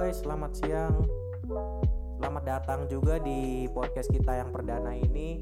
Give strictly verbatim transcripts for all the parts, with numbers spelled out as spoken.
guys, selamat siang. Selamat datang juga di podcast kita yang perdana ini.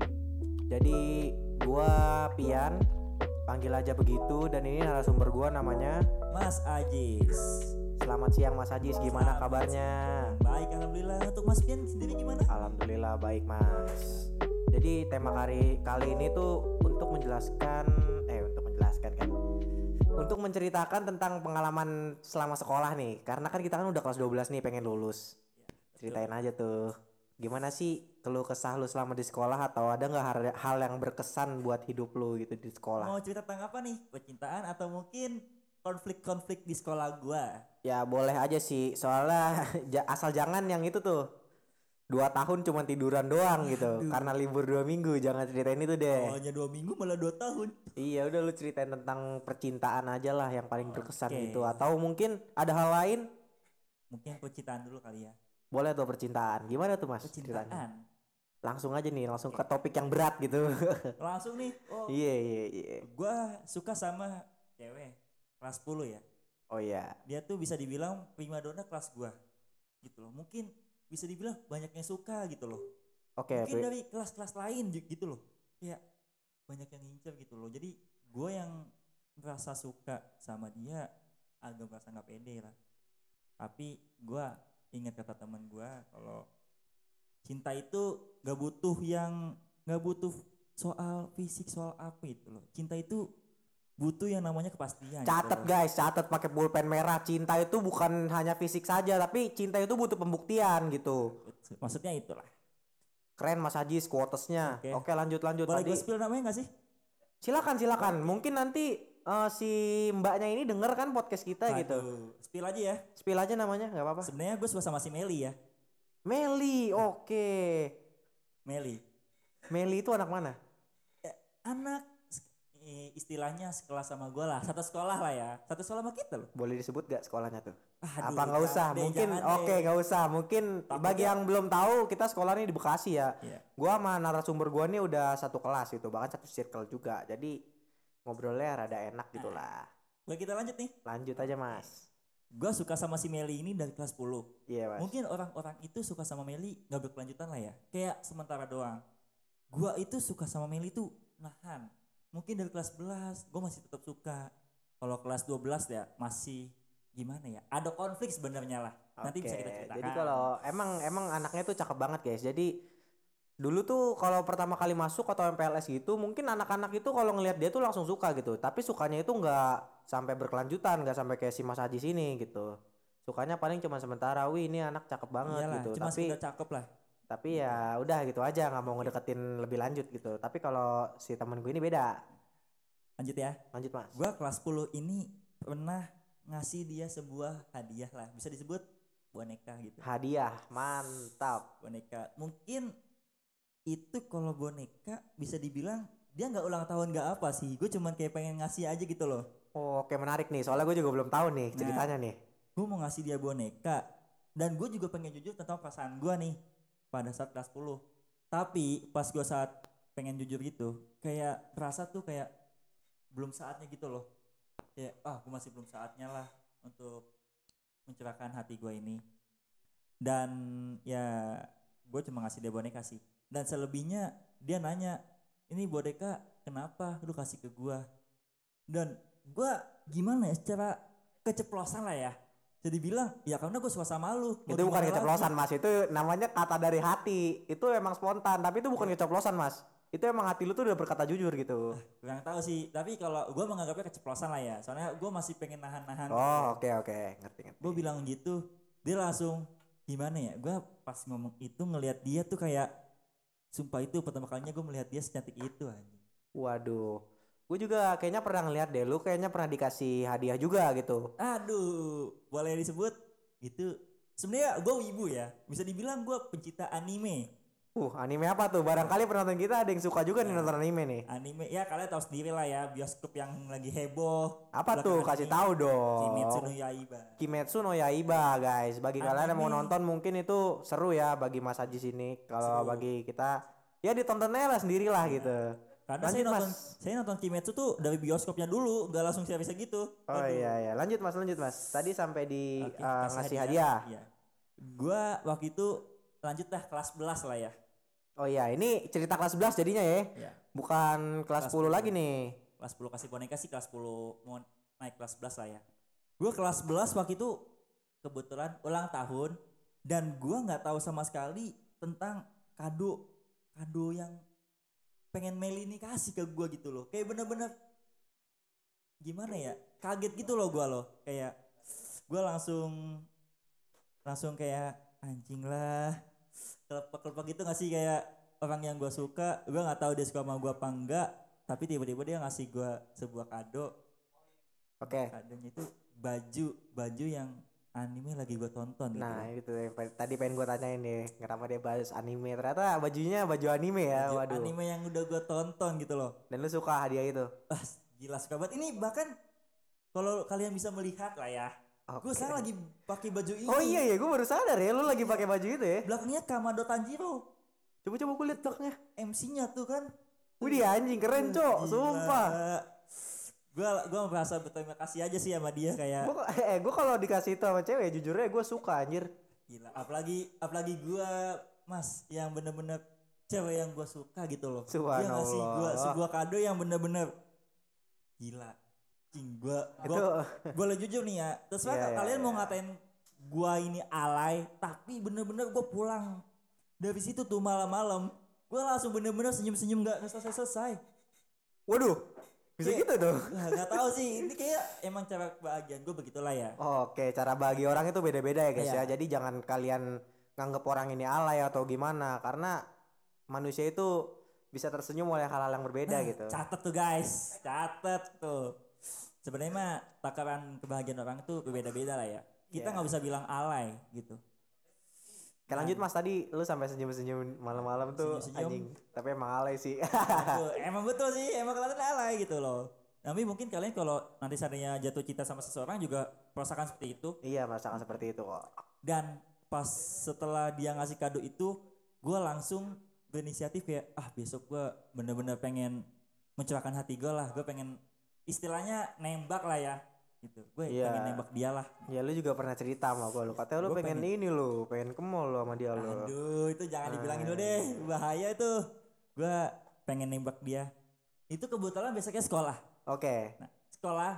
Jadi gua Pian, panggil aja begitu. Dan ini narasumber gua namanya Mas Ajis. Selamat siang Mas Ajis, gimana Selamat kabarnya? siang. Baik, alhamdulillah. Untuk Mas Pian sendiri gimana? Alhamdulillah baik Mas. Jadi tema kali kali ini tuh untuk menjelaskan eh untuk menjelaskan kan. Untuk menceritakan tentang pengalaman selama sekolah nih. Karena kan kita kan udah kelas dua belas nih, pengen lulus. Ceritain aja tuh, gimana sih keluh kesah lu selama di sekolah, atau ada nggak hal, hal yang berkesan buat hidup lu gitu di sekolah? Mau cerita tentang apa nih? Percintaan atau mungkin konflik-konflik di sekolah gua? Ya boleh aja sih, soalnya ja- asal jangan yang itu tuh dua tahun cuma tiduran doang gitu. Aduh. Karena libur dua minggu, jangan ceritain itu deh. Awalnya dua minggu malah dua tahun. Iya udah, lu ceritain tentang percintaan aja lah yang paling berkesan Oke. gitu. Atau mungkin ada hal lain? Mungkin percintaan dulu kali ya. Boleh tuh percintaan. Gimana tuh Mas ceritanya? Percintaan. Langsung aja nih, langsung ke topik yang berat gitu. Langsung nih. Oh, Iya iya iya. gua suka sama cewek kelas sepuluh ya. Oh iya. Dia tuh bisa dibilang primadona kelas gua. Gitu loh. Mungkin bisa dibilang banyak yang suka gitu loh. Oke. Mungkin pri- dari kelas-kelas lain ju- gitu loh. Kayak banyak yang ngincer gitu loh. Jadi gue yang merasa suka sama dia agak merasa nggak pede lah. Tapi gue ingat kata teman gue kalau cinta itu nggak butuh yang nggak butuh soal fisik, soal apa itu loh. Cinta itu butuh yang namanya kepastian. Catat gitu loh. guys, catat pakai pulpen merah. Cinta itu bukan hanya fisik saja, tapi cinta itu butuh pembuktian gitu. Maksudnya itulah. Keren Mas Ajis quotesnya. Oke. Oke, lanjut lanjut Boleh tadi. gue spill namanya nggak sih? Silakan silakan. Mungkin nanti eh, si mbaknya ini denger kan podcast kita gitu. Waduh, spill aja ya. Spill aja namanya, nggak apa-apa. Sebenarnya gue suka sama si Meli ya. Meli, oke. Meli. Meli itu anak mana? Ya, anak eh, istilahnya sekelas sama gue lah, satu sekolah lah ya, satu sekolah sama kita loh. Boleh disebut gak sekolahnya tuh? Aduh, Apa nggak usah? jangan deh, Mungkin jangan oke deh. nggak usah. Mungkin Takutnya- bagi yang belum tahu, kita sekolahnya di Bekasi ya. Iya. Gua sama narasumber gua nih udah satu kelas gitu, bahkan satu circle juga. Jadi ngobrolnya rada enak gitu lah. Oke, kita lanjut nih. Lanjut aja Mas. Gue suka sama si Meli ini dari kelas sepuluh. Iya Mas. Mungkin orang-orang itu suka sama Meli gak berkelanjutan lah ya, kayak sementara doang. Gue itu suka sama Meli tuh nahan. Mungkin dari kelas sebelas gue masih tetap suka. Kalau kelas dua belas ya masih gimana ya? Ada konflik sebenarnya lah. Nanti Oke, bisa kita ceritakan. jadi kalau emang emang anaknya tuh cakep banget guys. Jadi dulu tuh kalau pertama kali masuk atau M P L S gitu, mungkin anak-anak itu kalau ngelihat dia tuh langsung suka gitu. Tapi sukanya itu nggak sampai berkelanjutan, nggak sampai kayak si Mas Haji sini gitu. Sukanya paling cuma sementara. Wih ini anak cakep banget Iyalah, gitu. cuma Tapi sekedar cakep lah. tapi ya udah gitu aja, nggak mau ngedeketin lebih lanjut gitu. Tapi kalau si temen gue ini beda. Lanjut ya. Lanjut Mas. Gue kelas sepuluh ini pernah ngasih dia sebuah hadiah lah, bisa disebut boneka gitu. Hadiah, mantap. Boneka mungkin itu kalau boneka bisa dibilang dia nggak ulang tahun nggak apa sih, gue cuman kayak pengen ngasih aja gitu loh. Oh, oke menarik nih. Soalnya gue juga belum tahu nih Nah. ceritanya nih. Gue mau ngasih dia boneka dan gue juga pengen jujur tentang perasaan gue nih pada saat kelas sepuluh. Tapi pas gue saat pengen jujur gitu kayak merasa tuh kayak belum saatnya gitu loh. Ya ah gue masih belum saatnya lah untuk mencurahkan hati gue ini. Dan ya gue cuma ngasih dia boneka sih. Dan selebihnya dia nanya, ini boneka kenapa lu kasih ke gue? Dan gue gimana ya, secara keceplosan lah ya. Jadi bilang ya karena gue suka sama lu. Mau Itu bukan gimana keceplosan lagi? Mas, itu namanya kata dari hati. Itu emang spontan, tapi itu bukan keceplosan Mas. Itu emang hati lu tuh udah berkata jujur gitu. Kurang tahu sih, tapi kalau gue menganggapnya keceplosan lah ya. Soalnya gue masih pengen nahan-nahan. Oh oke oke, ngerti ngerti. Gue bilang gitu, dia langsung gimana ya? Gue pas ngomong itu ngelihat dia tuh kayak, sumpah itu pertama kalinya gue melihat dia secantik itu anjing. Waduh, gue juga kayaknya pernah ngeliat deh, lu kayaknya pernah dikasih hadiah juga gitu. Aduh, boleh disebut itu sebenarnya gue wibu ya. Bisa dibilang gue pencinta anime. Uh, anime apa tuh? Barangkali penonton kita ada yang suka juga nih Nah. nonton anime nih. Anime ya kalian tahu sendiri lah ya, bioskop yang lagi heboh. Apa tuh? belakangan Kasih ini. tahu dong. Kimetsu no Yaiba. Kimetsu no Yaiba guys. Bagi kalian yang mau Anime. nonton mungkin itu seru ya bagi Mas Haji sini. Kalau Seru. bagi kita ya ditontonnya lah sendiri lah gitu. Karena Lanjut, saya nonton Mas. saya nonton Kimetsu tuh dari bioskopnya dulu, gak langsung bisa gitu. Oh Aduh. iya iya, lanjut Mas, lanjut Mas. Tadi sampai di Oke, uh, kasih ngasih hadiah. Iya. Gua waktu itu lanjut dah kelas sebelas lah ya. Oh iya, ini cerita kelas sebelas jadinya ya. Ya. Bukan kelas, Kelas sepuluh sepuluh. lagi nih. Kelas sepuluh kasih boneka sih kelas sepuluh mau naik kelas sebelas lah ya. Gua kelas sebelas waktu itu kebetulan ulang tahun dan gua nggak tahu sama sekali tentang kado kado yang pengen Meli ini kasih ke gua gitu loh. Kayak bener-bener gimana ya? Kaget gitu loh gua loh. Kayak gua langsung langsung kayak anjing lah. Kelepek-kelepek gitu gak sih kayak orang yang gua suka, gua nggak tahu dia suka sama gua apa enggak, tapi tiba-tiba dia ngasih gua sebuah kado. Oke. Kadonya itu baju baju yang anime lagi gua tonton gitu. Nah loh. itu yang pe- tadi pengen gue tanyain nih, kenapa dia bahas anime? Ternyata bajunya baju anime ya, Baju waduh. anime yang udah gua tonton gitu loh. Dan lu suka hadiah itu? Ah, gila suka banget. Ini bahkan kalau kalian bisa melihat lah ya. Gue Oke. sekarang lagi pakai baju ini. Oh iya ya, gue baru sadar ya, lu lagi pakai baju itu ya. Belakangnya Kamado Tanjiro. Coba-coba gue liat belakangnya. M C-nya tuh kan. Wih anjing keren cok, Gila. sumpah. Gua gua merasa berterima kasih aja sih sama dia kayak Gue eh gue kalau dikasih itu sama cewek, jujurnya gue suka anjir. gila. Apalagi apalagi gua Mas yang bener-bener cewek yang gua suka gitu loh. Dia ngasih gua Subhanallah. sebuah kado yang bener-bener gila. Cing gua Itu gua gua lah jujur nih ya. Terus Iya, iya, kalian mau iya. ngatain gua ini alay, tapi bener-bener gua pulang dari situ tuh malam-malam. Gua langsung bener-bener senyum-senyum gak selesai-selesai. waduh, bisa Kayak- gitu tuh. Nah, gak tahu sih, ini kayak emang cara kebahagiaan gue begitulah ya. Oke, cara bagi orang itu beda-beda ya guys Iya. ya. Jadi jangan kalian nganggep orang ini alay atau gimana, karena manusia itu bisa tersenyum oleh hal-hal yang berbeda Nah, gitu. catet tuh guys, catet tuh. Sebenarnya mah takaran kebahagiaan orang itu berbeda-beda lah ya. Kita Iya. nggak bisa bilang alay gitu. Oke lanjut mas, tadi lu sampai senyum-senyum malam-malam tuh Senyum-senyum. anjing. Tapi emang alay sih. Aduh, emang betul sih, emang kelihatan alay gitu loh. Tapi mungkin kalian kalau nanti seandainya jatuh cinta sama seseorang juga merasakan seperti itu. Iya merasakan seperti itu kok. Dan pas setelah dia ngasih kado itu, gue langsung berinisiatif kayak ah besok gue bener-bener pengen mencurahkan hati gue lah. Gue pengen istilahnya nembak lah ya. Gitu. Gue Iya. pengen nembak dia lah. Ya lu juga pernah cerita sama gue, lu katanya lu Gua pengen, ini lu, pengen ke mall lu sama dia lu. Aduh, itu jangan dibilangin dulu Ah. deh, bahaya itu. Gue pengen nembak dia. Itu kebetulan besoknya sekolah. Oke. Nah, sekolah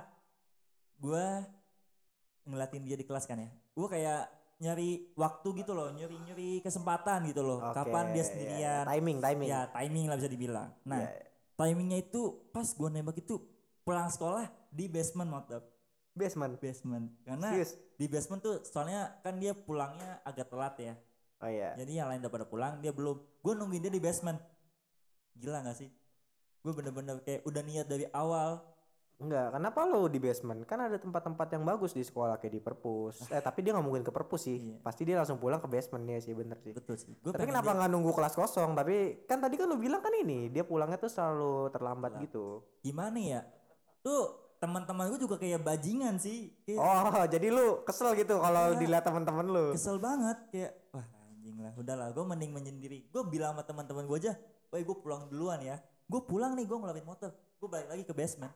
gue ngeliatin dia di kelas kan ya. Gue kayak nyari waktu gitu loh, nyuri-nyuri kesempatan gitu loh. Oke, Kapan dia iya, sendirian. iya. Timing, timing. Ya timing lah bisa dibilang. Nah Iya, iya. timingnya itu pas gue nembak itu pulang sekolah di basement mother. Basement. Basement. Karena Serius? di basement tuh soalnya kan dia pulangnya agak telat ya. Oh iya. Jadi yang lain udah pada pulang, dia belum. Gue nungguin dia di basement. Gila gak sih? Gue bener-bener kayak udah niat dari awal. Enggak, kenapa lu di basement? Kan ada tempat-tempat yang bagus di sekolah kayak di perpus. Eh tapi dia nggak mungkin ke perpus sih. Iya. Pasti dia langsung pulang ke basement ya sih, bener sih. Betul sih. Gua Tapi pengen kenapa dia- nggak nunggu kelas kosong? Tapi kan tadi kan lu bilang kan ini dia pulangnya tuh selalu terlambat Telat. gitu. Gimana ya? Tuh teman-teman gue juga kayak bajingan sih. Kayak Oh, jadi lu kesel gitu kalau Iya. dilihat teman-teman lu. kesel banget kayak wah anjing lah. Udahlah, gue mending menyendiri. Gue bilang sama teman-teman gue aja, "Woi, gue pulang duluan ya." Gue pulang nih, gue ngeluarin motor. Gue balik lagi ke basement.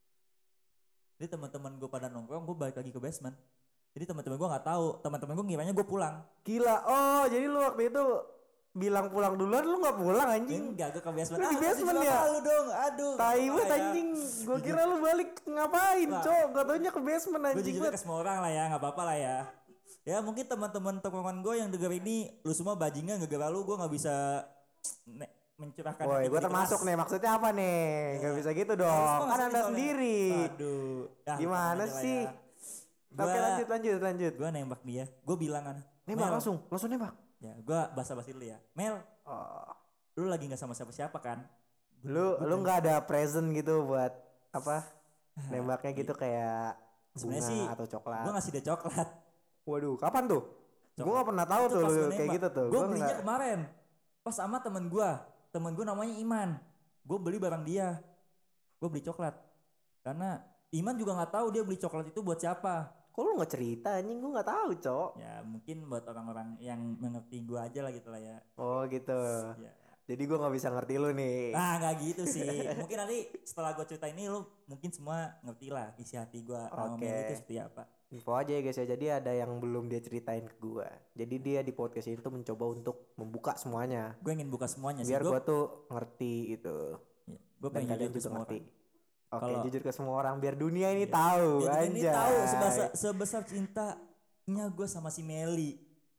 Jadi teman-teman gue pada nongkrong, gue balik lagi ke basement. Jadi teman-teman gue nggak tahu, teman-teman gue ngiranya gue pulang. Gila. Oh, jadi lu waktu itu bilang pulang duluan, lu nggak pulang anjing. Enggak, gue ke basement. Lu di Ah, basement kasih ya? Lu dong, aduh. Tai nggak banget apa-apa ya. anjing. Gua kira lu balik ngapain, Wah. Cok? Gak taunya ke basement Gue anjing jujur banget. ke semua orang lah ya, nggak apa-apa lah ya. Ya mungkin teman-teman tongkrongan gue yang denger ini, lu semua bajingan gara-gara lu gue nggak bisa ne- mencurahkan. Woi, hati gua di termasuk kelas. nih. Maksudnya apa nih? Gak Ya. bisa gitu Harus dong. kok Kan ngasih Anda soalnya. sendiri. Aduh. Ah, Gimana tenang aja lah sih? ya. Gua, Oke, lanjut lanjut lanjut. Gue nembak dia. Gue bilang kan. Nembak "Mel," langsung, langsung nembak. Ya, gue basa-basi dulu ya. Mel, Oh. lu lagi nggak sama siapa-siapa kan? Lu Gua lu tanya, nggak ada present gitu buat apa? Nembaknya gitu iya. kayak Sebenarnya bunga sih, atau coklat. Gue ngasih dia coklat. Waduh, kapan tuh? Gue Coklat. gak pernah tahu Itu tuh pas lu gua kayak nembak. gitu tuh. Gue Gua belinya nggak- kemarin. Pas sama temen gue. Temen gue namanya Iman. Gue beli barang dia. Gue beli coklat. Karena Iman juga nggak tahu dia beli coklat itu buat siapa. Kok lu nggak cerita anjing? Gue nggak tahu, Cok. Ya mungkin buat orang-orang yang mengerti gue aja lah gitu lah ya. Oh gitu. Ya. Jadi gue nggak bisa ngerti lu nih. Nah nggak gitu sih. Mungkin nanti setelah gue cerita ini lu mungkin semua ngerti lah isi hati gue sama Oke. Meli itu seperti apa. info aja ya guys ya. Jadi ada yang belum dia ceritain ke gua. Jadi dia di podcast ini tuh mencoba untuk membuka semuanya. Gue ingin buka semuanya Biar sih. gua tuh ngerti itu. Ya, gue Dan pengen kalian jujur ke juga semua ngerti. orang. Oke, Kalau- jujur ke semua orang biar dunia ini Iya. tahu. Jadi ini Anjay. tahu sebesar, sebesar cintanya gue sama si Meli.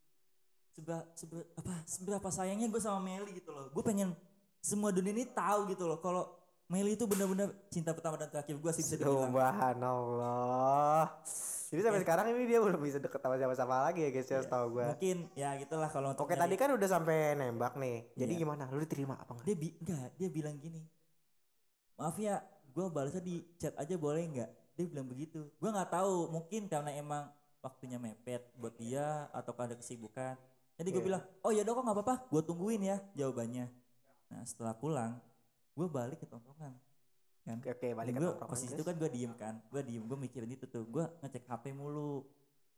Seba, seba, apa, seberapa sayangnya gue sama Meli gitu loh. Gue pengen semua dunia ini tahu gitu loh. Kalau Meli itu benar-benar cinta pertama dan terakhir gue sih bisa dibilang. Subhanallah. Jadi sampai sekarang ini dia belum bisa deket sama siapa-siapa lagi ya guys ya, Ya, setahu gua. mungkin ya gitulah kalau untuk Oke, nyari- tadi kan udah sampai nembak nih. Jadi Iya. gimana? Lu diterima apa enggak? dia bi enggak, dia bilang gini. Maaf ya, gue balasnya di chat aja boleh nggak? Dia bilang begitu. Gue nggak tahu, mungkin karena emang waktunya mepet buat dia atau ada kesibukan. Jadi gue Iya. bilang, oh ya dong kok nggak apa-apa, gue tungguin ya jawabannya. Nah setelah pulang, gue balik ke tongkrongan. Kan? Oke, oke, balik ke Gue tongkrongan, posisi terus? itu kan gue diem kan, gue diem, gue mikirin itu tuh, gue ngecek H P mulu.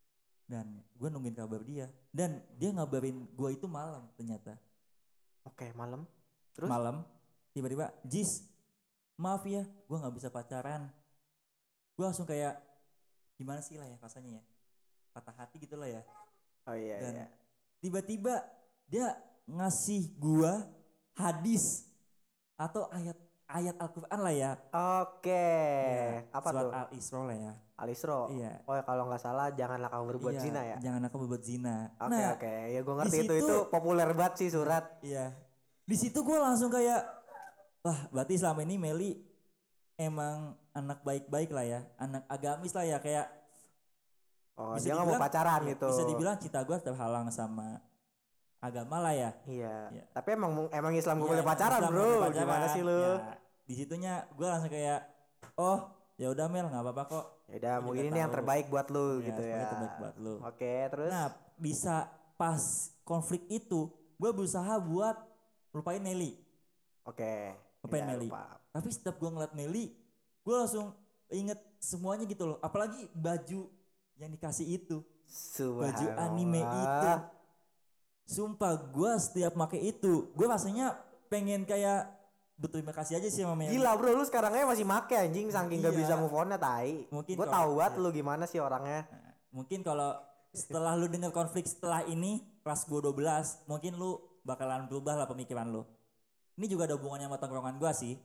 Dan gue nungguin kabar dia. Dan dia ngabarin gue itu malam ternyata. Oke, malam. Terus? Malam tiba-tiba Jis maaf ya gue nggak bisa pacaran. Gue langsung kayak gimana sih lah ya rasanya ya, patah hati gitu lah ya. Oh iya, Dan iya. tiba-tiba dia ngasih gue hadis atau ayat ayat Al-Quran lah ya. Oke. Ya, Apa surat tuh? Al-Isra lah ya. Al-Isra. Iya. Oh ya, kalau nggak salah janganlah kamu berbuat Iya, zina ya. jangan aku berbuat zina. Oke, Nah oke. Ya gue di ngerti itu situ- itu populer banget sih surat. iya, di situ gue langsung kayak wah berarti selama ini Meli emang anak baik-baik lah ya, anak agamis lah ya, kayak Oh, bisa dia nggak mau dibilang- pacaran iya, gitu. bisa dibilang cinta gue terhalang sama agama lah ya. Iya. Iya. Tapi emang emang Islam gue Iya, boleh emang pacaran, Islam Bro. boleh pacaran. Gimana sih lu? Ya, di situnya gue langsung kayak oh ya udah Mel nggak apa-apa kok. Ya udah, Gua mungkin juga ini yang tahu. terbaik buat lu Iya, gitu ya. semoga terbaik buat lu. Oke, terus? Nah bisa pas konflik itu gue berusaha buat lupain Meli. Oke. Lupain Ya, Meli. lupa. Tapi setiap gue ngeliat Meli, gue langsung inget semuanya gitu loh. Apalagi baju yang dikasih itu, baju anime itu. Subhanallah. Sumpah gue setiap pakai itu, gue rasanya pengen kayak berterima kasih aja sih sama Meli. Gila bro, lu sekarang aja masih make anjing saking gak Iya. bisa move on-nya tai. Mungkin Gue kalau- tahu banget iya. lu gimana sih orangnya. Nah, mungkin kalau setelah lu dengar konflik setelah ini kelas gue dua belas, mungkin lu bakalan berubah lah pemikiran lu. Ini juga ada hubungannya sama tongkrongan gue sih.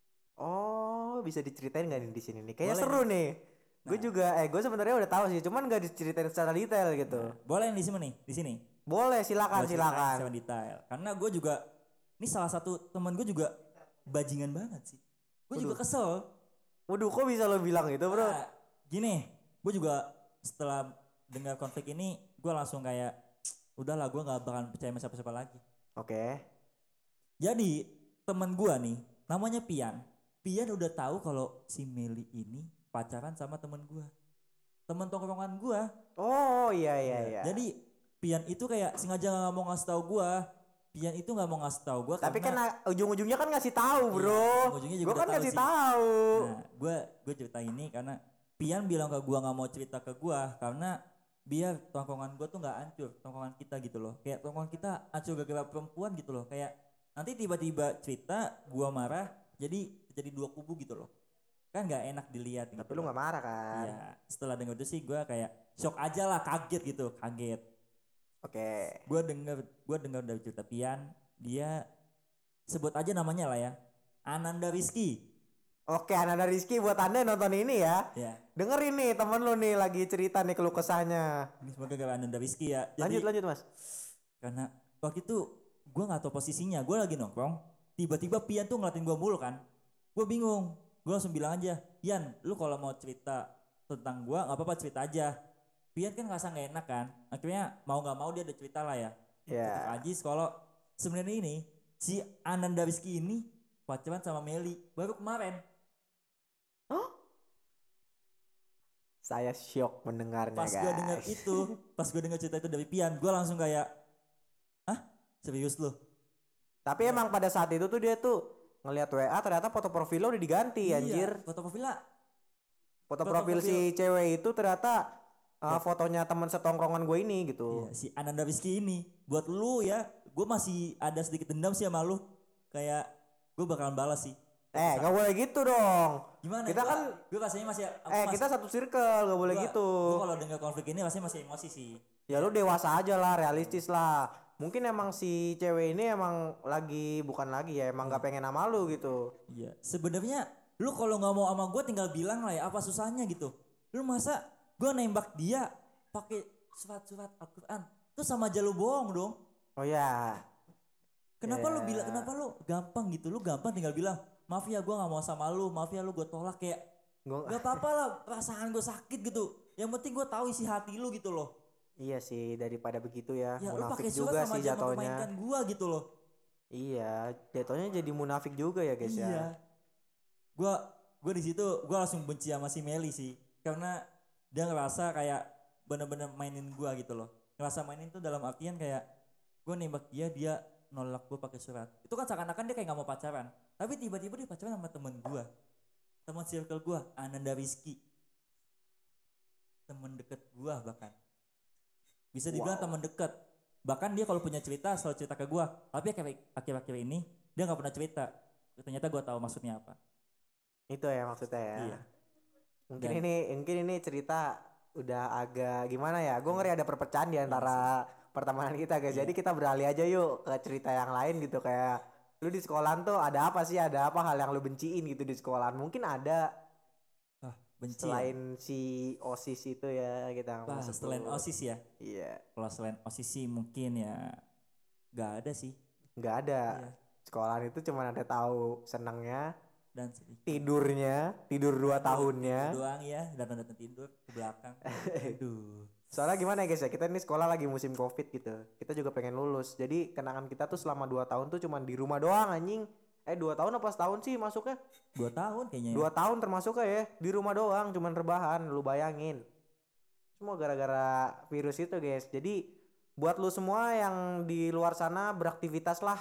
Oh, bisa diceritain gak nih di sini nih? Kayaknya Boleh seru nih. Gue Nah. juga, eh gue sebenarnya udah tahu sih, cuman gak diceritain secara detail gitu. Nah, boleh di sini nih, di sini. Boleh, silakan, Gua ceritain silakan. secara detail. Karena gue juga, ini salah satu teman gue juga bajingan banget sih. Gue juga Waduh. kesel. Waduh, kok bisa lo bilang itu bro? Nah, gini, gue juga setelah dengar konflik ini, gue langsung kayak, udahlah gue nggak bakalan percaya sama siapa-siapa lagi. Oke. Jadi teman gue nih, namanya Pian. Pian udah tahu kalau si Meli ini pacaran sama teman gue, teman tongkrongan gue. Oh iya iya iya. Jadi Pian itu kayak sengaja nggak mau ngasih tahu gue. Pian itu nggak mau ngasih tahu gue. Tapi kan karena, ah, ujung-ujungnya kan ngasih tahu bro. Iya, ujung-ujungnya juga Gue kan udah tahu ngasih sih. tahu. Nah, gue gue cerita ini karena Pian bilang ke gue nggak mau cerita ke gue karena biar tongkrongan gue tuh nggak hancur, tongkrongan kita gitu loh. Kayak tongkrongan kita hancur gara-gara perempuan gitu loh. Kayak nanti tiba-tiba cerita gue marah, jadi jadi dua kubu gitu loh. Kan nggak enak dilihat. Tapi gitu lu loh. gak marah kan? Iya. Setelah denger itu sih gue kayak shock aja lah, kaget gitu, kaget. Oke. Gue denger gue denger dari cerita Pian, dia sebut aja namanya lah ya, Ananda Rizky. Oke, Ananda Rizky buat anda yang nonton ini ya. Ya. Dengerin nih temen lu nih lagi cerita nih keluh kesahnya. Ini semoga gak Ananda Rizky ya. Jadi, Lanjut lanjut mas. karena waktu itu gue nggak tahu posisinya, gue lagi nongkrong, tiba-tiba Pian tuh ngeliatin gue mulu kan, gue bingung, gue langsung bilang aja, Yan, lu kalau mau cerita tentang gue nggak apa-apa cerita aja. Pian kan ngerasa nggak enak kan, akhirnya mau nggak mau dia ada cerita lah ya. Ya. Kata Ajis kalau sebenarnya ini si Ananda Rizky ini pacaran sama Meli baru kemarin. Saya shock mendengarnya Pas guys. gue dengar itu, pas gue dengar cerita itu dari Pian, gue langsung kayak, ah serius lu? Tapi emang pada saat itu tuh dia tuh ngelihat W A ternyata foto profilnya udah diganti anjir. Iya, foto profilnya Foto foto profil si cewek itu ternyata uh, fotonya teman setongkrongan gue ini gitu. iya, si Ananda Rizky ini. Buat lu ya, gue masih ada sedikit dendam sih sama lu. Kayak gue bakalan balas sih. Eh, nggak boleh gitu dong. Gimana? Kita gua, kan gue rasanya masih aku eh masih, kita satu circle, nggak boleh gua, gitu. Gue kalau dengar konflik ini rasanya masih emosi sih. Ya lu dewasa aja lah, realistis lah. Mungkin emang si cewek ini emang lagi bukan lagi ya, emang nggak pengen sama lu gitu. Iya. Sebenarnya lu kalau nggak mau sama gue tinggal bilang lah ya, apa susahnya gitu. Lu masa gue nembak dia pakai surat-surat Al-Quran, itu sama aja lu bohong dong. Oh ya. Kenapa Ya. lu bilang, kenapa lu gampang gitu, lu gampang tinggal bilang, maaf ya gue nggak mau sama lu, maaf ya lu gue tolak, kayak Gua nggak apa-apa lah, perasaan gue sakit gitu. Yang penting gue tahu isi hati lu gitu loh. Iya sih, daripada begitu ya, Ya lu munafik pakai surat juga sama sih aja jatuhnya. mempermainkan gue gitu loh. Iya, jatuhnya jadi munafik juga ya guys Iya. ya. Gua gua di situ gua langsung benci sama si Meli sih, karena dia ngerasa kayak bener-bener mainin gua gitu loh. Ngerasa mainin tuh dalam artian kayak gua nembak dia, dia nolak gua pakai surat. Itu kan seakan-akan dia kayak nggak mau pacaran. Tapi tiba-tiba dia pacaran sama temen gua, teman circle gua, Ananda Rizky, temen deket gua bahkan. Bisa dibilang Wow. teman dekat. Bahkan dia kalau punya cerita selalu cerita ke gua. Tapi akhir- akhir-akhir ini dia nggak pernah cerita. Ternyata gua tahu maksudnya apa. Itu ya maksudnya ya. Iya. Mungkin Dan- ini mungkin ini cerita udah agak gimana ya? Gue ngeri ada perpecahan di antara pertemanan kita guys. Iya. Jadi kita beralih aja yuk ke cerita yang lain gitu, kayak lu di sekolahan tuh ada apa sih? Ada apa hal yang lu benciin gitu di sekolahan? Mungkin ada Ah, benci ya? selain si OSIS itu ya kita nggak mau Wah, sebut. selain OSIS ya. Iya, Kalau selain OSIS sih mungkin ya nggak ada sih. nggak ada. Iya. Sekolahan itu cuma ada tahu senangnya, Dan sedikit. tidurnya, tidur dua Tidur tahunnya. doang ya, datang-datang tidur ke belakang. Aduh. Soalnya gimana ya guys ya, kita ini sekolah lagi musim covid gitu, kita juga pengen lulus, jadi kenangan kita tuh selama dua tahun tuh cuman di rumah doang anjing. Eh dua tahun apa setahun sih masuknya? Dua tahun kayaknya. Dua tahun termasuknya ya, di rumah doang cuman rebahan, lu bayangin. Semua gara-gara virus itu guys. Jadi buat lu semua yang di luar sana beraktivitas lah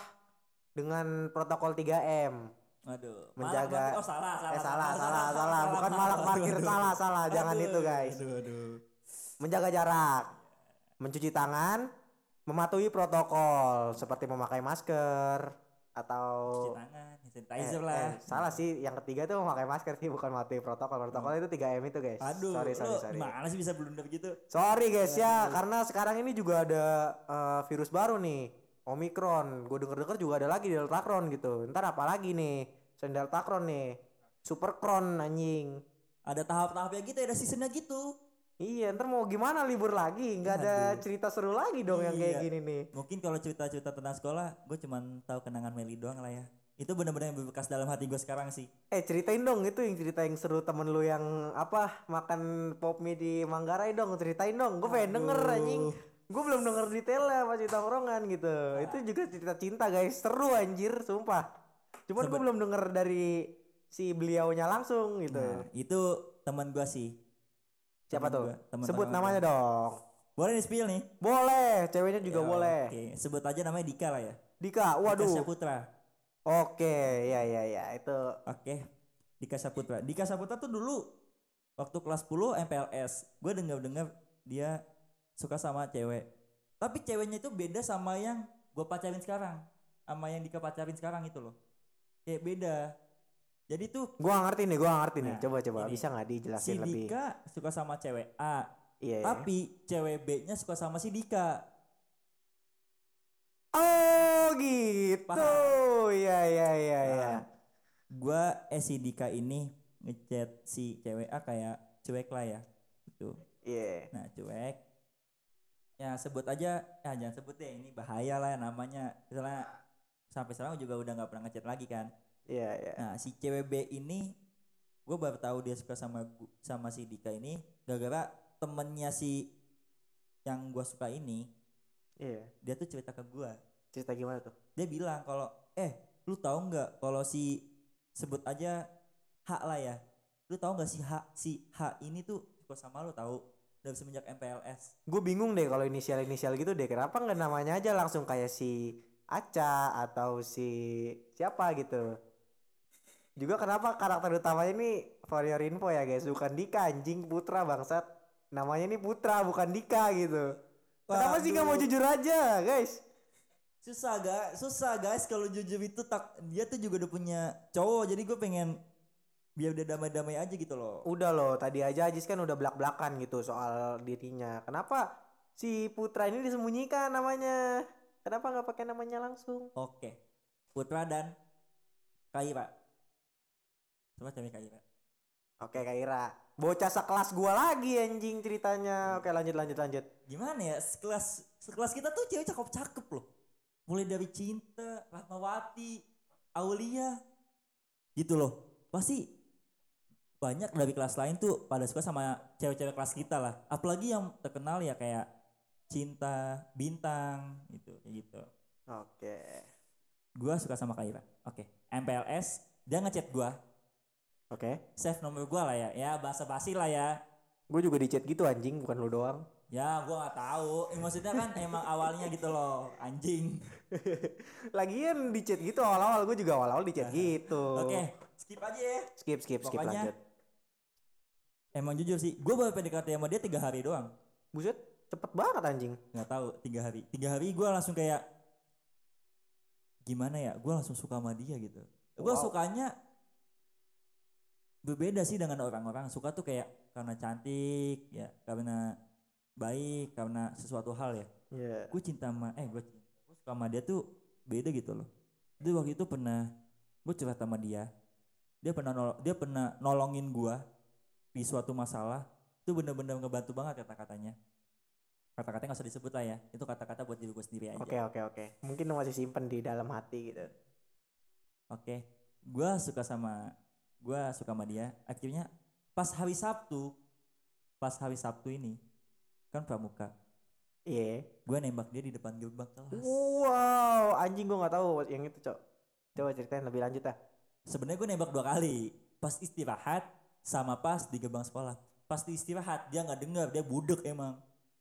dengan protokol tiga M. Aduh. Menjaga- Malak, oh salah, salah. Eh salah salah salah, bukan malak parkir, salah salah, jangan Aduh, itu guys. Aduh, aduh. Menjaga jarak, mencuci tangan, mematuhi protokol seperti memakai masker atau Cuci tangan, hand eh, sanitizer lah. eh, salah sih, yang ketiga tuh memakai masker sih, bukan mematuhi protokol. Protokol itu tiga M itu guys. Aduh, sorry sorry lu sorry. gimana sih bisa blunder gitu? Sorry guys ya, karena sekarang ini juga ada eh, virus baru nih, Omicron. Gue denger-denger juga ada lagi Deltacron gitu. Ntar apa lagi nih? Selain Deltacron nih, Supercron anjing. Ada tahap-tahapnya gitu, ada seasonnya gitu. Iya, ntar mau gimana libur lagi? Nggak ada Aduh. cerita seru lagi dong yang kayak Iya. gini nih. Mungkin kalau cerita-cerita tentang sekolah, gue cuman tahu kenangan Meli doang lah ya. Itu benar-benar yang berbekas dalam hati gue sekarang sih. Eh ceritain dong itu yang cerita yang seru temen lu yang apa makan pop mie di Manggarai dong, ceritain dong. Gue pengen denger Aduh. anjing. Gue belum denger detailnya pas di tongkrongan gitu. Itu juga cerita cinta guys, seru anjir, sumpah. Cuman gue Sebe- belum denger dari si beliaunya langsung gitu. Nah, itu teman gue sih. Siapa temen tuh? gua, temen Sebut tongkrongan namanya gua. dong. Boleh nih spill nih. Boleh, ceweknya juga Ya, boleh. Oke, sebut aja namanya Dika lah ya. Dika, Dika waduh. Saputra. Oke, ya ya ya itu. Oke, Dika Saputra. Dika Saputra tuh dulu waktu kelas sepuluh M P L S, gue dengar-dengar dia suka sama cewek. Tapi ceweknya itu beda sama yang gue pacarin sekarang, sama yang Dika pacarin sekarang itu loh. Kayak beda. Jadi tuh Gua nggak ngerti nih, gua nggak ngerti nih. Nah, Coba coba ini. bisa nggak si dijelasin lebih? Dika suka sama cewek A, Iya. iya. tapi cewek B-nya suka sama si Dika. Oh gitu. Paham? Iya iya iya Nah, iya. Gua eh si Dika ini ngechat si cewek A kayak cuek lah ya. Gitu. Iya. Nah, cuek. Ya sebut aja, ya jangan sebut deh, ini bahaya lah namanya. Misalnya sampai sekarang juga udah nggak pernah ngechat lagi kan. Iya iya. Nah, si cewek B ini gue baru tahu dia suka sama gu- sama si Dika ini gara-gara temennya si yang gue suka ini, Iya. dia tuh cerita ke gue. Cerita gimana tuh? Dia bilang kalau eh lu tahu nggak kalau si sebut aja H lah ya. Lu tahu nggak si H si H ini tuh suka sama lu tahu dari semenjak M P L S. Gue bingung deh kalau inisial-inisial gitu deh. Kenapa nggak namanya aja langsung kayak si Aca atau si siapa gitu? Juga kenapa karakter utamanya ini for your info ya guys, bukan Dika anjing, Putra bangsat. Namanya ini Putra bukan Dika gitu. Kenapa sih nggak mau Waduh. jujur aja guys? Susah guys, susah guys kalau jujur itu tak dia tuh juga udah punya cowok, jadi gue pengen biar udah damai-damai aja gitu loh. Udah loh, tadi aja Ajis kan udah belak-belakan gitu soal dirinya. Kenapa si Putra ini disembunyikan namanya? Kenapa nggak pakai namanya langsung? Oke, Putra dan Kaira. Coba cari Kaira. Oke, Kak Ira. Bocah sekelas gua lagi anjing ceritanya. Oke, lanjut lanjut lanjut. Gimana ya, sekelas sekelas kita tuh cewek cakep-cakep loh. Mulai dari Cinta, Ratmawati, Aulia, gitu loh. Pasti banyak dari kelas lain tuh pada suka sama cewek-cewek kelas kita lah. Apalagi yang terkenal ya kayak Cinta, Bintang, gitu, kayak gitu. Oke. Gua suka sama Kaira. Oke, M P L S dia ngechat gua, Oke. save nomor gua lah ya, ya basa-basi lah ya. Gue juga di chat gitu anjing, bukan lu doang. Ya gua nggak tahu, eh, maksudnya kan emang awalnya gitu loh, anjing. Lagian di chat gitu awal-awal gue juga awal-awal di chat gitu. Oke, skip aja ya. Skip skip skip Pokoknya, lanjut. emang jujur sih, gue baru P D K T sama dia tiga hari doang. Buset, cepet banget anjing. Nggak tahu, tiga hari. Tiga hari gue langsung kayak gimana ya? Gue langsung suka sama dia gitu. Gue Wow. sukanya berbeda sih dengan orang-orang. Suka tuh kayak karena cantik, ya, karena baik, karena sesuatu hal ya. Iya. Gue cinta sama, eh gue cinta, gue suka sama dia tuh beda gitu loh. Dia waktu itu pernah, gue curhat sama dia. Dia pernah nol, dia pernah nolongin gue di suatu masalah. Itu bener-bener ngebantu banget kata-katanya. Kata-katanya nggak usah disebut lah ya. Itu kata-kata buat diri gue sendiri aja. Oke oke oke. Mungkin lu masih simpen di dalam hati gitu. Oke, gue suka sama, gue suka sama dia. Akhirnya pas hari Sabtu, pas hari Sabtu ini kan pramuka. Iya. Gue nembak dia di depan gerbang kelas. Wow, anjing gue nggak tahu yang itu cok. Coba ceritain lebih lanjut dah. Sebenarnya gue nembak dua kali. Pas istirahat sama pas di gerbang sekolah. Pas di istirahat dia nggak dengar, dia budek emang.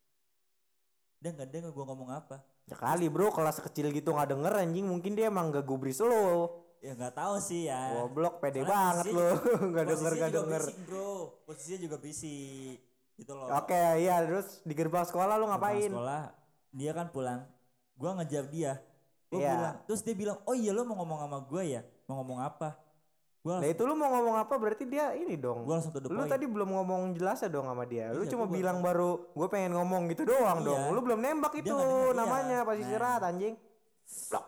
Dia nggak dengar gue ngomong apa. Sekali bro, kelas kecil gitu nggak denger anjing, mungkin dia emang gak gubris lo. Ya nggak tahu sih ya. Goblok, pede Soalnya banget posisi- lo. Nggak denger Posisinya nggak juga denger. berisik bro. Posisinya juga berisik. Gitu loh. Oke, iya terus di gerbang sekolah lu Gerbang ngapain? sekolah dia kan pulang. Gue ngejar dia. Gue Iya. bilang. Terus dia bilang, oh iya lo mau ngomong sama gue ya? Mau ngomong apa? Gue Nah langsung, itu lu mau ngomong apa berarti dia ini dong. gua langsung to the Lu point. tadi belum ngomong jelas ya dong sama dia. Lu Iya, cuma gua baru- bilang baru gue pengen ngomong gitu doang Iya. dong. Lu belum nembak Dia itu nggak denger, iya. namanya pas Nah. istirahat anjing. Blok.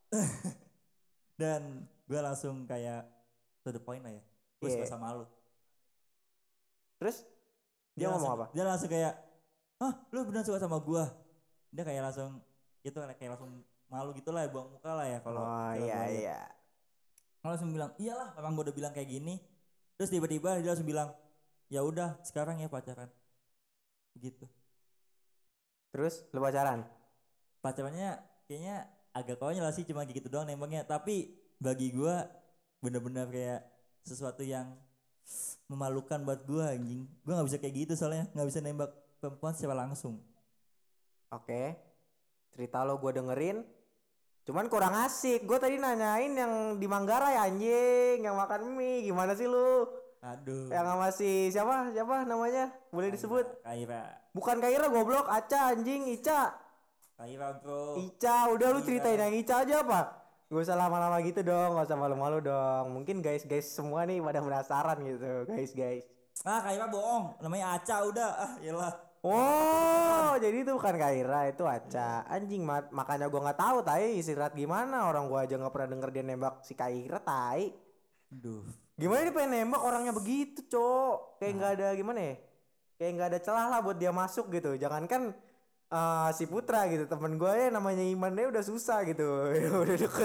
Dan gue langsung kayak to the point lah ya. Gue Iya. suka sama lu. Terus dia, ngomong langsung, apa? Dia langsung kayak, hah lu beneran suka sama gue? Dia kayak langsung, itu kayak langsung malu gitu lah ya, buang muka lah ya kalau. Oh kalau iya gua liat. iya. Dia langsung bilang, iyalah memang gue udah bilang kayak gini. Terus tiba-tiba dia langsung bilang, ya udah sekarang ya pacaran. Begitu. Terus lu pacaran? Pacarannya kayaknya agak konyol lah sih, cuma kayak gitu doang nembaknya. Tapi bagi gue bener-bener kayak sesuatu yang memalukan buat gue anjing. Gue nggak bisa kayak gitu soalnya, nggak bisa nembak perempuan secara langsung. Oke. Cerita lo gue dengerin. Cuman kurang asik. Gue tadi nanyain yang di Manggarai anjing, yang makan mie. Gimana sih lu? Aduh. Yang sama si siapa? Siapa namanya? Boleh disebut? Kaira, Bukan Kaira goblok, Aca anjing, Ica. Kaira bro. Ica, udah lu Iya. ceritain yang Ica aja apa? Gak usah lama-lama gitu dong, gak usah malu-malu dong. Mungkin guys-guys semua nih pada penasaran gitu, guys-guys. Ah Kaira bohong, namanya Aca udah. Ah iyalah. Oh, jadi itu bukan Kaira, itu Aca. Anjing, ma- makanya gua nggak tahu tai istirahat gimana. Orang gua aja nggak pernah denger dia nembak si Kaira tai. Aduh. Gimana dia pengen nembak orangnya begitu, Cok? Kayak nggak ada gimana ya? Kayak nggak ada celah lah buat dia masuk gitu. Jangankan eh, si Putra gitu, temen gue ya namanya Imannya udah susah gitu. Udah deket.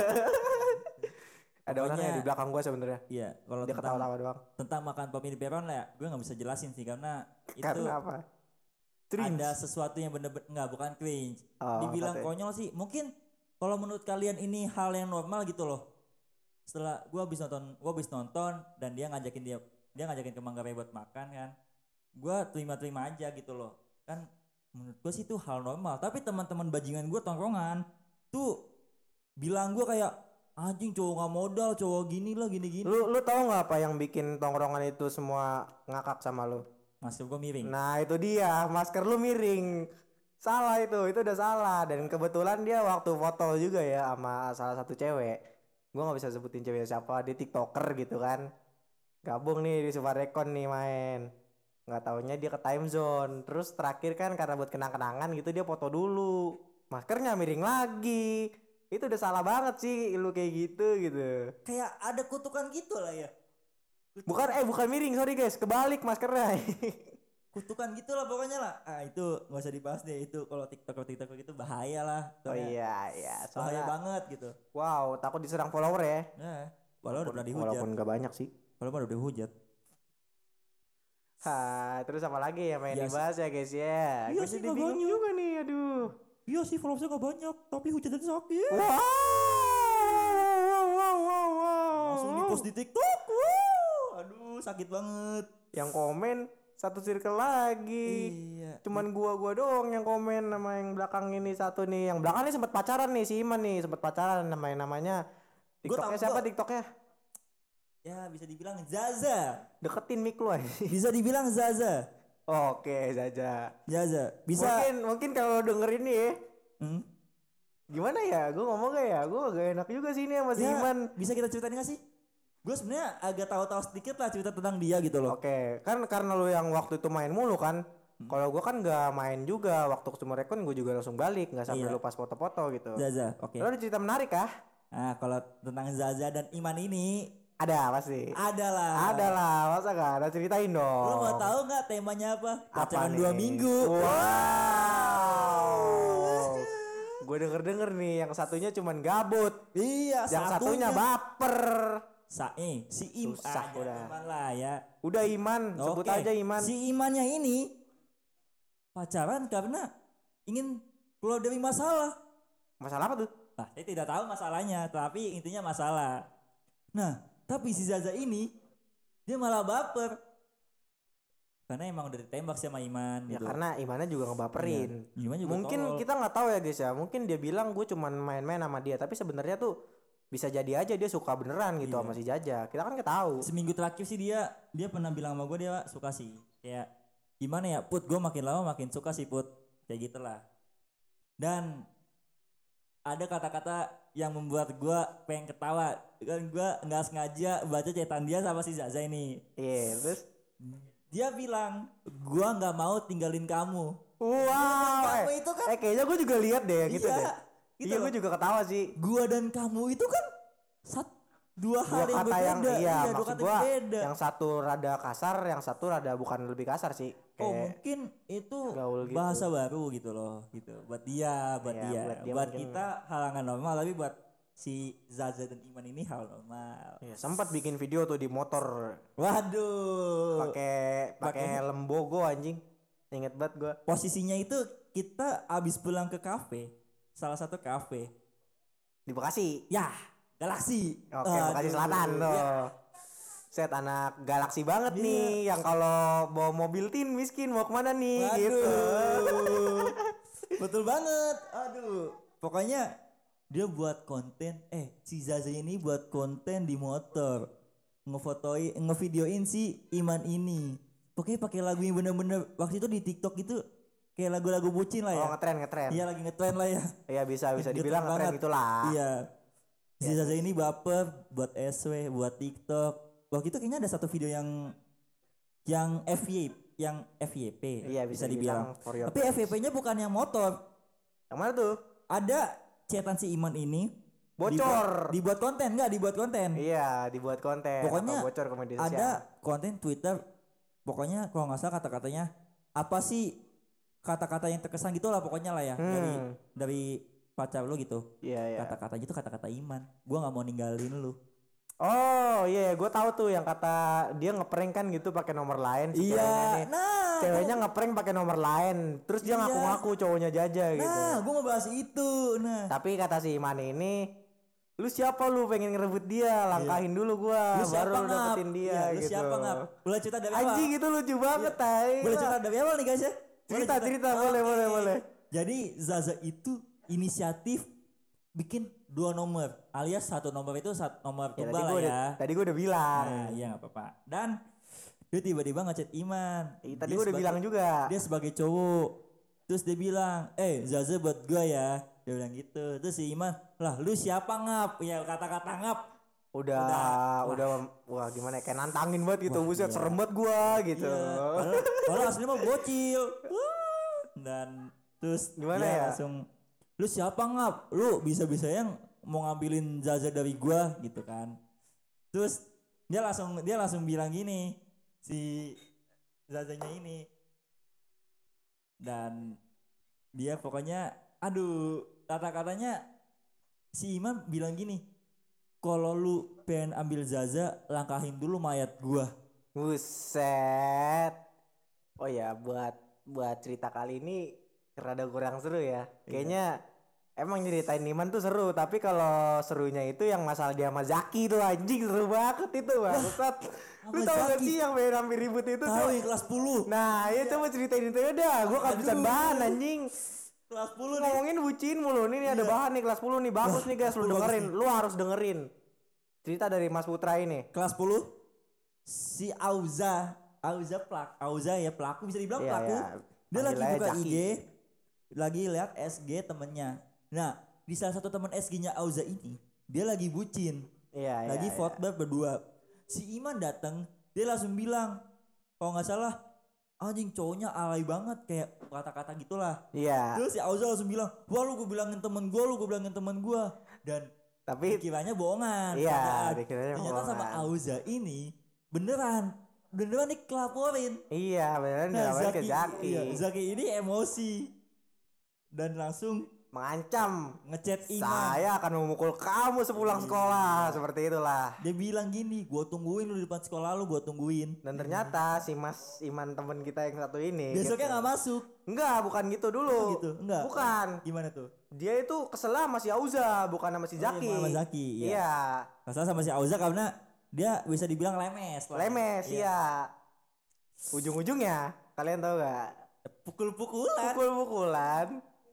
Ada Pokoknya- orangnya di belakang gue sebenarnya. Iya, kalau Dia tentang ketawa-tawa doang. tentang makan pop mie di peron lah ya, gue nggak bisa jelasin sih karena itu Karena apa? Cringe. ada sesuatu yang bener-bener nggak bukan cringe. Oh, Dibilang katanya. konyol sih, mungkin kalau menurut kalian ini hal yang normal gitu loh. Setelah gue habis nonton, gue habis nonton dan dia ngajakin dia, dia ngajakin ke Manggarai buat makan kan, gue terima-terima aja gitu loh. Kan menurut gue sih itu hal normal. Tapi teman-teman bajingan gue tongkrongan tuh bilang gue kayak anjing cowok nggak modal, cowok gini lah gini-gini. Lu lu tahu nggak apa yang bikin tongkrongan itu semua ngakak sama lu? Masker gue miring. Nah itu dia, masker lu miring. Salah itu, itu udah salah. Dan kebetulan dia waktu foto juga ya sama salah satu cewek. Gue nggak bisa sebutin cewek siapa, dia tiktoker gitu kan. Gabung nih di Sumarekon nih main. Nggak taunya dia ke time zone. Terus terakhir kan karena buat kenang-kenangan gitu dia foto dulu. Maskernya miring lagi. Itu udah salah banget sih lu kayak gitu gitu. Kayak ada kutukan gitu lah ya. Kutukan. Bukan eh bukan miring, sorry guys, kebalik maskernya. Kutukan gitu lah pokoknya lah. Ah itu nggak usah dibahas deh, itu kalau TikTok TikTok gitu bahaya lah. Oh iya iya, bahaya soalnya banget gitu. wow, takut diserang follower ya. Nah, walaupun udah dihujat. Walaupun gak banyak sih. Walaupun udah dihujat. Ha, terus apa lagi yang main Iya dibahas ya guys ya? Iya Gue sih, jadi nggak bingung banyak. juga nih, aduh. Iya sih followersnya gak banyak, tapi hujannya sakit. Wow, wow, wow, wow, wow. Langsung di post di TikTok. Wow. Aduh sakit banget. Yang komen satu circle lagi. Iya. Cuman gua-gua doang yang komen, nama yang belakang ini satu nih. Yang belakang ini sempat pacaran nih si Iman nih, sempat pacaran namanya namanya. TikToknya siapa gua. TikToknya? Ya bisa dibilang Zaza. Deketin mic lu aja. Bisa dibilang Zaza. Oke, Zaza. Zaza. Bisa. Mungkin mungkin kalau denger ini ya. Hmm? Gimana ya? Gue ngomong gak ya? Gue gak enak juga sih ini sama si Ya, Iman. bisa kita ceritain gak sih? Gue sebenarnya agak tahu-tahu sedikit lah cerita tentang dia gitu loh. Oke, kan karena lu yang waktu itu main mulu kan. Hmm. Kalau gue kan gak main juga. Waktu ke Sumarekon gue juga langsung balik, gak sampai Iya. lu pas foto-foto gitu. Zaza, oke. Lo ada cerita menarik kah? Nah, kalau tentang Zaza dan Iman ini Ada pasti. ada lah. Ada lah, masa gak ada, ceritain dong. Lo mau tahu nggak temanya apa? Apa Pacaran nih? dua minggu. Wow. Gue denger-denger nih, yang satunya cuman gabut. Iya, Yang satunya baper. Sa eh, si Im Susah ah, udah. Iman lah ya. Udah Iman, sebut Oke. aja Iman. Si Imannya ini pacaran karena ingin keluar dari masalah. Masalah apa tuh? Nah, saya tidak tahu masalahnya, tapi intinya masalah. Nah, tapi si Zaza ini dia malah baper. Karena emang udah ditembak sama Iman Ya gitu. karena Imannya juga ngebaperin. Iya, Iman juga Mungkin tolol. kita nggak tahu ya guys ya. Mungkin dia bilang gue cuman main-main sama dia, tapi sebenarnya tuh bisa jadi aja dia suka beneran gitu Iya. sama si Jaja. Kita kan nggak tahu. Seminggu terakhir sih dia dia pernah bilang sama gue dia suka sih. Kayak gimana ya, Put, gue makin lama makin suka sih, Put. Kayak gitulah. Dan ada kata-kata yang membuat gue pengen ketawa. Kan gue nggak sengaja baca cetan dia sama si Zaza ini. Iya, terus Dia bilang, gue nggak mau tinggalin kamu. wow. Kamu Eh, itu kan eh kayaknya gue juga lihat deh yang gitu iya, deh. gitu Iya, loh. gue juga ketawa sih. Gua dan kamu itu kan sat, dua hal Dua yang kata yang berbeda. iya, dua maksud kata gua berbeda. yang satu rada kasar, yang satu rada bukan lebih kasar sih. Oh Kayak mungkin itu gaul gitu. bahasa baru gitu loh, gitu. Buat dia, buat Iya, dia, buat buat, dia mungkin. kita halangan normal, tapi buat si Zaza dan Iman ini hal normal. ya, sempat bikin video tuh di motor Waduh. pakai pakai Pakai- lembogo anjing. Ingat banget gua. Posisinya itu kita abis pulang ke kafe, salah satu kafe. Di Bekasi. Ya, Galaksi. Oke, Bekasi Aduh, Selatan tuh. ya. Set anak galaksi banget Iya. nih, yang kalau bawa mobil tin miskin mau kemana nih gitu. Waduh. Betul banget. Aduh. Pokoknya dia buat konten, eh si Zaza ini buat konten di motor. Ngefotoin, ngevideoin si Iman ini. Pokoknya pakai lagu yang bener-bener waktu itu di TikTok itu kayak lagu-lagu bucin lah ya. Oh, ngetren ngetren. Iya lagi ngetren lah ya. Iya bisa bisa Ngetren dibilang ngetren banget. itulah. Iya. Si Zaza ini baper buat S W, buat TikTok. Waktu itu kayaknya ada satu video yang yang F Y yang F Y P Iya bisa, dibilang, for your tapi F Y P-nya bukan yang motor. Yang mana tuh? Ada cetan si Iman ini Bocor. dibuat, dibuat konten enggak dibuat konten. Iya, dibuat konten. Pokoknya atau bocor ke media sosial. Ada konten Twitter. Pokoknya kalau nggak salah kata-katanya apa sih kata-kata yang terkesan gitu lah pokoknya lah ya Hmm. dari dari pacar lu gitu. Iya, iya. Kata-kata gitu kata-kata Iman. Gua nggak mau ninggalin lu. Oh iya, gue tahu tuh yang kata dia ngeprank kan gitu pakai nomor lain. Si ceweknya Iya. nih. Nah, Ceweknya ngeprank pakai nomor lain. Terus dia Iya. ngaku-ngaku cowoknya Jaja gitu. Nah, gua mau bahas itu. Nah, Tapi kata si Iman ini, lu siapa lu pengen ngerebut dia? Langkahin dulu gua, lu siapa baru lu ngap? dapetin dia Iya, lu gitu. siapa ngap? Boleh cerita dari awal? Anjing itu lucu banget, tai. Boleh cerita dari awal nih guys ya? Boleh Cerita, cerita, boleh, Oke. boleh, boleh. Jadi Zaza itu inisiatif bikin dua nomor, alias satu nomor itu satu nomor Ya, tadi tumbal gue lah udah, ya. tadi gue udah bilang. Nah, iya nggak apa-apa. Dan dia tiba-tiba ngechat Iman. Eh, tadi Dia gue udah sebagai- bilang juga. Dia sebagai cowok Terus dia bilang, eh Zaza buat gua ya. Dia bilang gitu. Terus si Iman, lah lu siapa ngap? Ya kata-kata ngap. Udah Udah, udah wah gimana ya, kayak nantangin banget gitu. Wah, Buset iya. serem banget gua gitu. Iya. Padahal, padahal aslinya mah bocil. Dan terus Gimana dia ya? langsung, lu siapa ngap? Lu bisa-bisa yang mau ngambilin Zaza dari gua gitu kan. Terus dia langsung dia langsung bilang gini si Zazanya ini, dan dia pokoknya aduh kata-katanya si Imam bilang gini, kalau lu pengen ambil Zaza langkahin dulu mayat gua. Buset. Oh ya, buat buat cerita kali ini rada kurang seru ya. Kayaknya emang nyeritain Niman tuh seru, tapi kalau serunya itu yang masalah dia sama Zaki tuh anjing seru banget itu bangsat. Lu sama tau gak Zaki? sih yang main hampir ribut itu Tahu tuh? yang kelas sepuluh. Nah, ya coba ceritain itu udah, gua kehabisan Aduh. bahan anjing. Kelas sepuluh nih. Ngomongin bucin mulu nih, nih ada Iya. bahan nih kelas sepuluh nih. Bagus Wah, nih guys, kelas lu sepuluh bagus dengerin. nih. Lu harus dengerin. Cerita dari Mas Putra ini. Kelas sepuluh si Auza, Auza plak, Auza ya pelaku bisa dibilang Iya, pelaku. iya. Dia lagi Panggilannya buka Zaki. I G, lagi lihat S G temennya. Nah, di salah satu teman S G-nya Auza ini, dia lagi bucin. Iya, lagi iya, foto berdua. Si Iman datang, dia langsung bilang, kalau nggak salah, anjing cowoknya alay banget kayak kata-kata gitulah. Iya. Terus si Auza langsung bilang, wah lu gue bilangin temen gue, lu gue bilangin temen gue. Dan Tapi dikiranya bohongan. Iya, padahal dikiranya ternyata sama bohongan. Auza ini beneran, beneran dikelaporin. iya beneran Nah, dilaporin ke Zaki, Zaki. iya, Zaki ini emosi dan langsung Mengancam. ngechat Iman. Saya akan memukul kamu sepulang sekolah. Seperti itulah. Dia bilang gini, gua tungguin lu di depan sekolah lu, gua tungguin. Dan ternyata si Mas Iman temen kita yang satu ini Besoknya gitu. nggak masuk. Enggak, bukan gitu dulu. Oh, gitu, enggak. Bukan. Gimana tuh? Dia itu kesel sama si Auza, bukan sama si Oh, iya, Zaki. sama Zaki, iya. Iya. Masalah sama si Auza karena dia bisa dibilang lemes. lah. Lemes, iya. Ujung-ujungnya kalian tahu gak? Pukul-pukulan. Pukul-pukulan.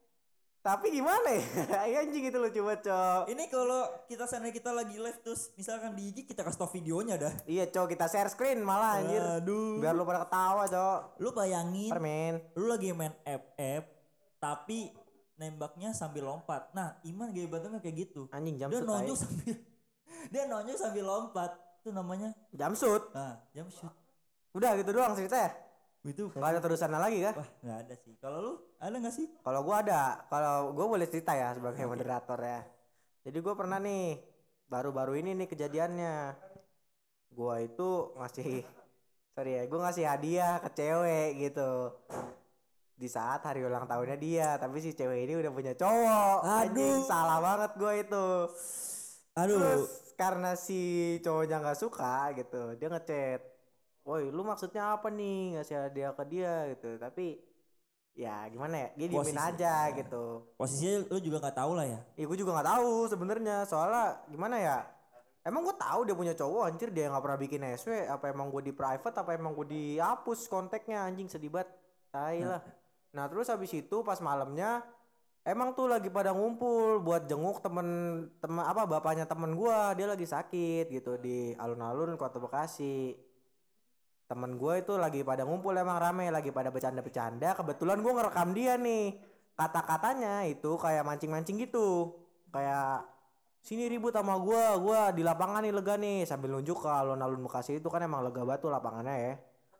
Tapi gimana ya? Ya anjing itu lucu banget, Cok. Ini kalau kita sana kita lagi live terus misalkan di I G kita kasih tau videonya dah. Iya, Cok, kita share screen malah anjir. Aduh. Biar lu pada ketawa, Cok. Lu bayangin, Permen. lu lagi main F F tapi nembaknya sambil lompat. Nah, Iman gaya banget kayak gitu. Anjing Dia jumpsuit. nonjok tai. sambil dia nonjok sambil lompat. Itu namanya Jumpsuit. nah, jump shoot. Udah gitu doang ceritanya. Itu Enggak ada terusannya lagi kah? wah, enggak ada sih. Kalau lu ada enggak sih? Kalau gua ada, kalau gua boleh cerita ya sebagai moderator ya. Jadi gua pernah nih baru-baru ini nih kejadiannya. Gua itu ngasih sorry ya, gua ngasih hadiah ke cewek gitu. Di saat hari ulang tahunnya dia, tapi si cewek ini udah punya cowok. Anjing, Aduh. salah banget gua itu. Aduh. Terus karena si cowoknya nggak suka gitu, dia ngechat, woi lu maksudnya apa nih ngasih hadiah ke dia gitu. Tapi ya gimana ya, dia diemin Posisi- aja ya. gitu. Posisinya lu juga nggak tahu lah ya. Ya gue juga nggak tahu sebenarnya, soalnya gimana ya, emang gue tahu dia punya cowok anjir, dia nggak pernah bikin S W, apa emang gue di private, apa emang gue dihapus kontaknya, anjing sedih banget, tai lah. Nah terus habis itu pas malamnya emang tuh lagi pada ngumpul buat jenguk temen temen apa bapaknya temen gua, dia lagi sakit gitu di alun-alun Kota Bekasi. Temen gua itu lagi pada ngumpul, emang rame lagi pada bercanda-bercanda. Kebetulan gua ngerekam dia nih, kata-katanya itu kayak mancing-mancing gitu, kayak sini ribut sama gua, gua di lapangan nih lega nih, sambil nunjuk ke alun-alun Bekasi itu kan emang lega batu lapangannya ya.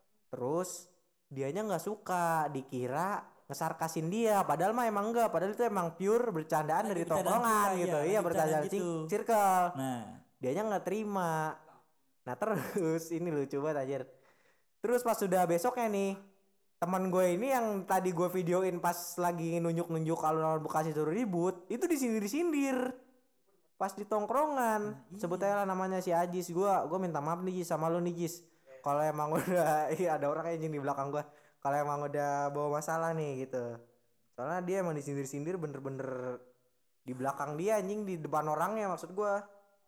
Terus dianya nggak suka, dikira ngesarkasin dia, padahal mah emang enggak, padahal itu emang pure bercandaan Lagi dari bercandaan tongkrongan kita, gitu, iya, iya lagi bercandaan bercandaan cir- gitu. circle. Nah, Dianya nggak terima. Nah terus ini lucu banget anjir. Terus pas sudah besoknya nih, teman gue ini yang tadi gue videoin pas lagi nunjuk-nunjuk alun-alun Bekasi suruh ribut, itu disindir-sindir pas di tongkrongan. Sebut aja lah namanya si Ajis. Gua gua minta maaf nih Jis sama lu nih Jis. Kalau emang udah iya ada orang anjing di belakang gua. Kalau emang udah bawa masalah nih gitu. Soalnya dia emang disindir-sindir bener-bener di belakang dia anjing, di depan orangnya maksud gua.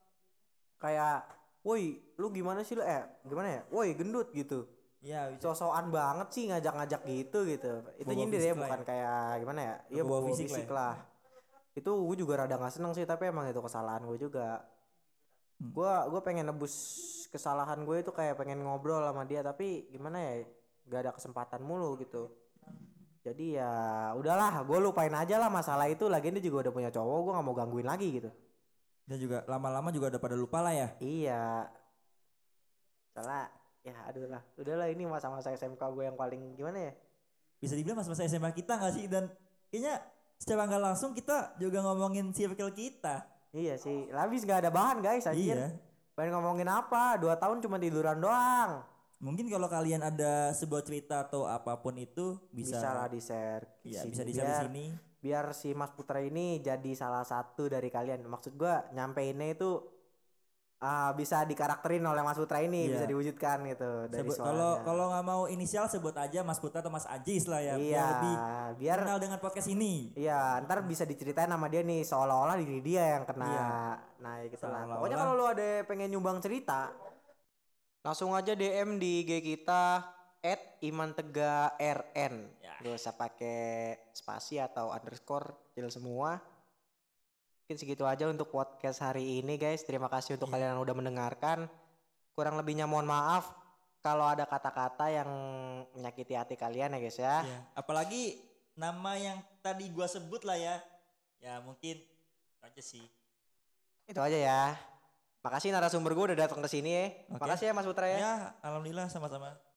Kayak, "Woi, lu gimana sih lu? Eh, gimana ya? Woi, gendut." gitu. ya bisa. So-soan banget sih ngajak-ngajak gitu gitu. Itu Bawa nyindir ya, fisik lah bukan ya. kayak gimana ya? Iya Bawa bawa fisik fisik, lah lah. Itu gue juga rada nggak seneng sih, tapi emang itu kesalahan gue juga. Hmm. Gue gue pengen nebus kesalahan gue itu, kayak pengen ngobrol sama dia, tapi gimana ya? Gak ada kesempatan mulu gitu. Jadi ya udahlah, gue lupain aja lah masalah itu. Lagian dia juga udah punya cowok, gue nggak mau gangguin lagi gitu. Dan juga lama-lama juga udah pada lupa lah ya. Iya. Salah. Ya aduh lah. Udahlah, ini masa-masa S M K gue yang paling gimana ya? Bisa dibilang masa-masa S M A kita gak sih? Dan kayaknya secara nggak langsung kita juga ngomongin circle kita. Iya sih. Habis nggak ada bahan guys anjir. Iya. Pengen ngomongin apa? Dua tahun cuma tiduran doang. Mungkin kalau kalian ada sebuah cerita atau apapun itu bisa, Bisa lah di share. Iya, bisa di share di sini. Biar si Mas Putra ini jadi salah satu dari kalian. Maksud gua nyampeinnya itu ah, bisa dikarakterin oleh Mas Putra ini, Iya. bisa diwujudkan gitu dari Sebut, suaranya. kalau kalau nggak mau inisial sebut aja Mas Putra atau Mas Ajis lah ya. Iya, Biar lebih biar kenal dengan podcast ini. iya, ntar bisa diceritain sama dia nih seolah-olah diri dia yang kena. Iya. Nah, ya gitu lah. Seolah-olah. Pokoknya kalau lu ada pengen nyumbang cerita, langsung aja D M di I G kita at imantegarn. Ya. Gak usah pakai spasi atau underscore, jelas semua. Mungkin segitu aja untuk podcast hari ini guys. Terima kasih untuk Iya. kalian yang udah mendengarkan. Kurang lebihnya mohon maaf kalau ada kata-kata yang menyakiti hati kalian ya guys ya. Iya. Apalagi nama yang tadi gua sebut lah ya. Ya mungkin aja sih. Itu aja ya. Makasih narasumber gue udah datang ke sini ya. Oke. Makasih ya Mas Putra ya. Ya, alhamdulillah sama-sama.